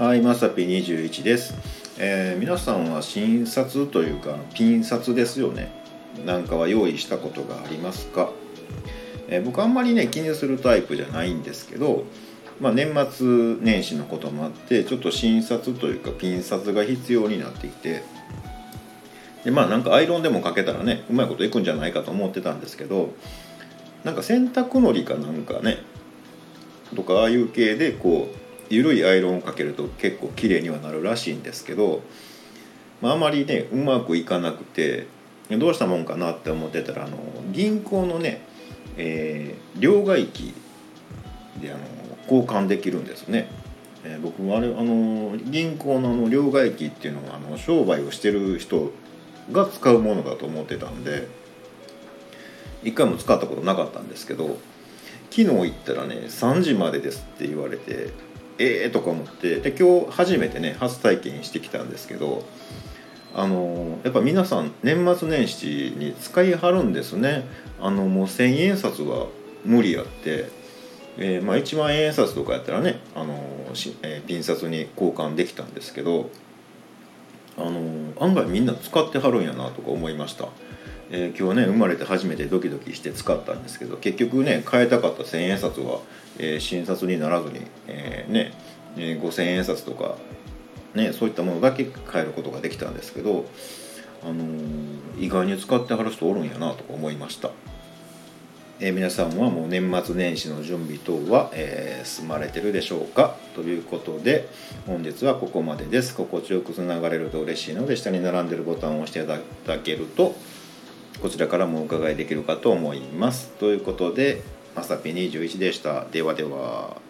はい、まさぴ21です。皆さんは新札というかピン札ですよね。なんかは用意したことがありますか？僕あんまりね気にするタイプじゃないんですけど、年末年始のこともあってちょっと新札というかピン札が必要になってきて、でなんかアイロンでもかけたらねうまいこといくんじゃないかと思ってたんですけど、なんか洗濯のりかなんかねとかああいう系でこう緩いアイロンをかけると結構綺麗にはなるらしいんですけど、あまりねうまくいかなくてどうしたもんかなって思ってたら銀行のね、両替機で交換できるんですね。僕は銀行の両替機っていうのは商売をしてる人が使うものだと思ってたんで一回も使ったことなかったんですけど、昨日行ったらね3時までですって言われてとか思って、で今日初めてね初体験してきたんですけど、やっぱ皆さん年末年始に使いはるんですね。もう千円札は無理やって、1万円札とかやったらねピン札に交換できたんですけど、案外みんな使ってはるんやなとか思いました。今日ね生まれて初めてドキドキして使ったんですけど、結局ね変えたかった千円札は、新札にならずに、5000円札とか、そういったものだけ変えることができたんですけど、意外に使ってはる人おるんやなとか思いました。皆さんはもう年末年始の準備等は、済まれてるでしょうかということで、本日はここまでです。心地よくつながれると嬉しいので下に並んでるボタンを押していただけるとこちらからもお伺いできるかと思います。ということでまさぴ21でした。ではでは。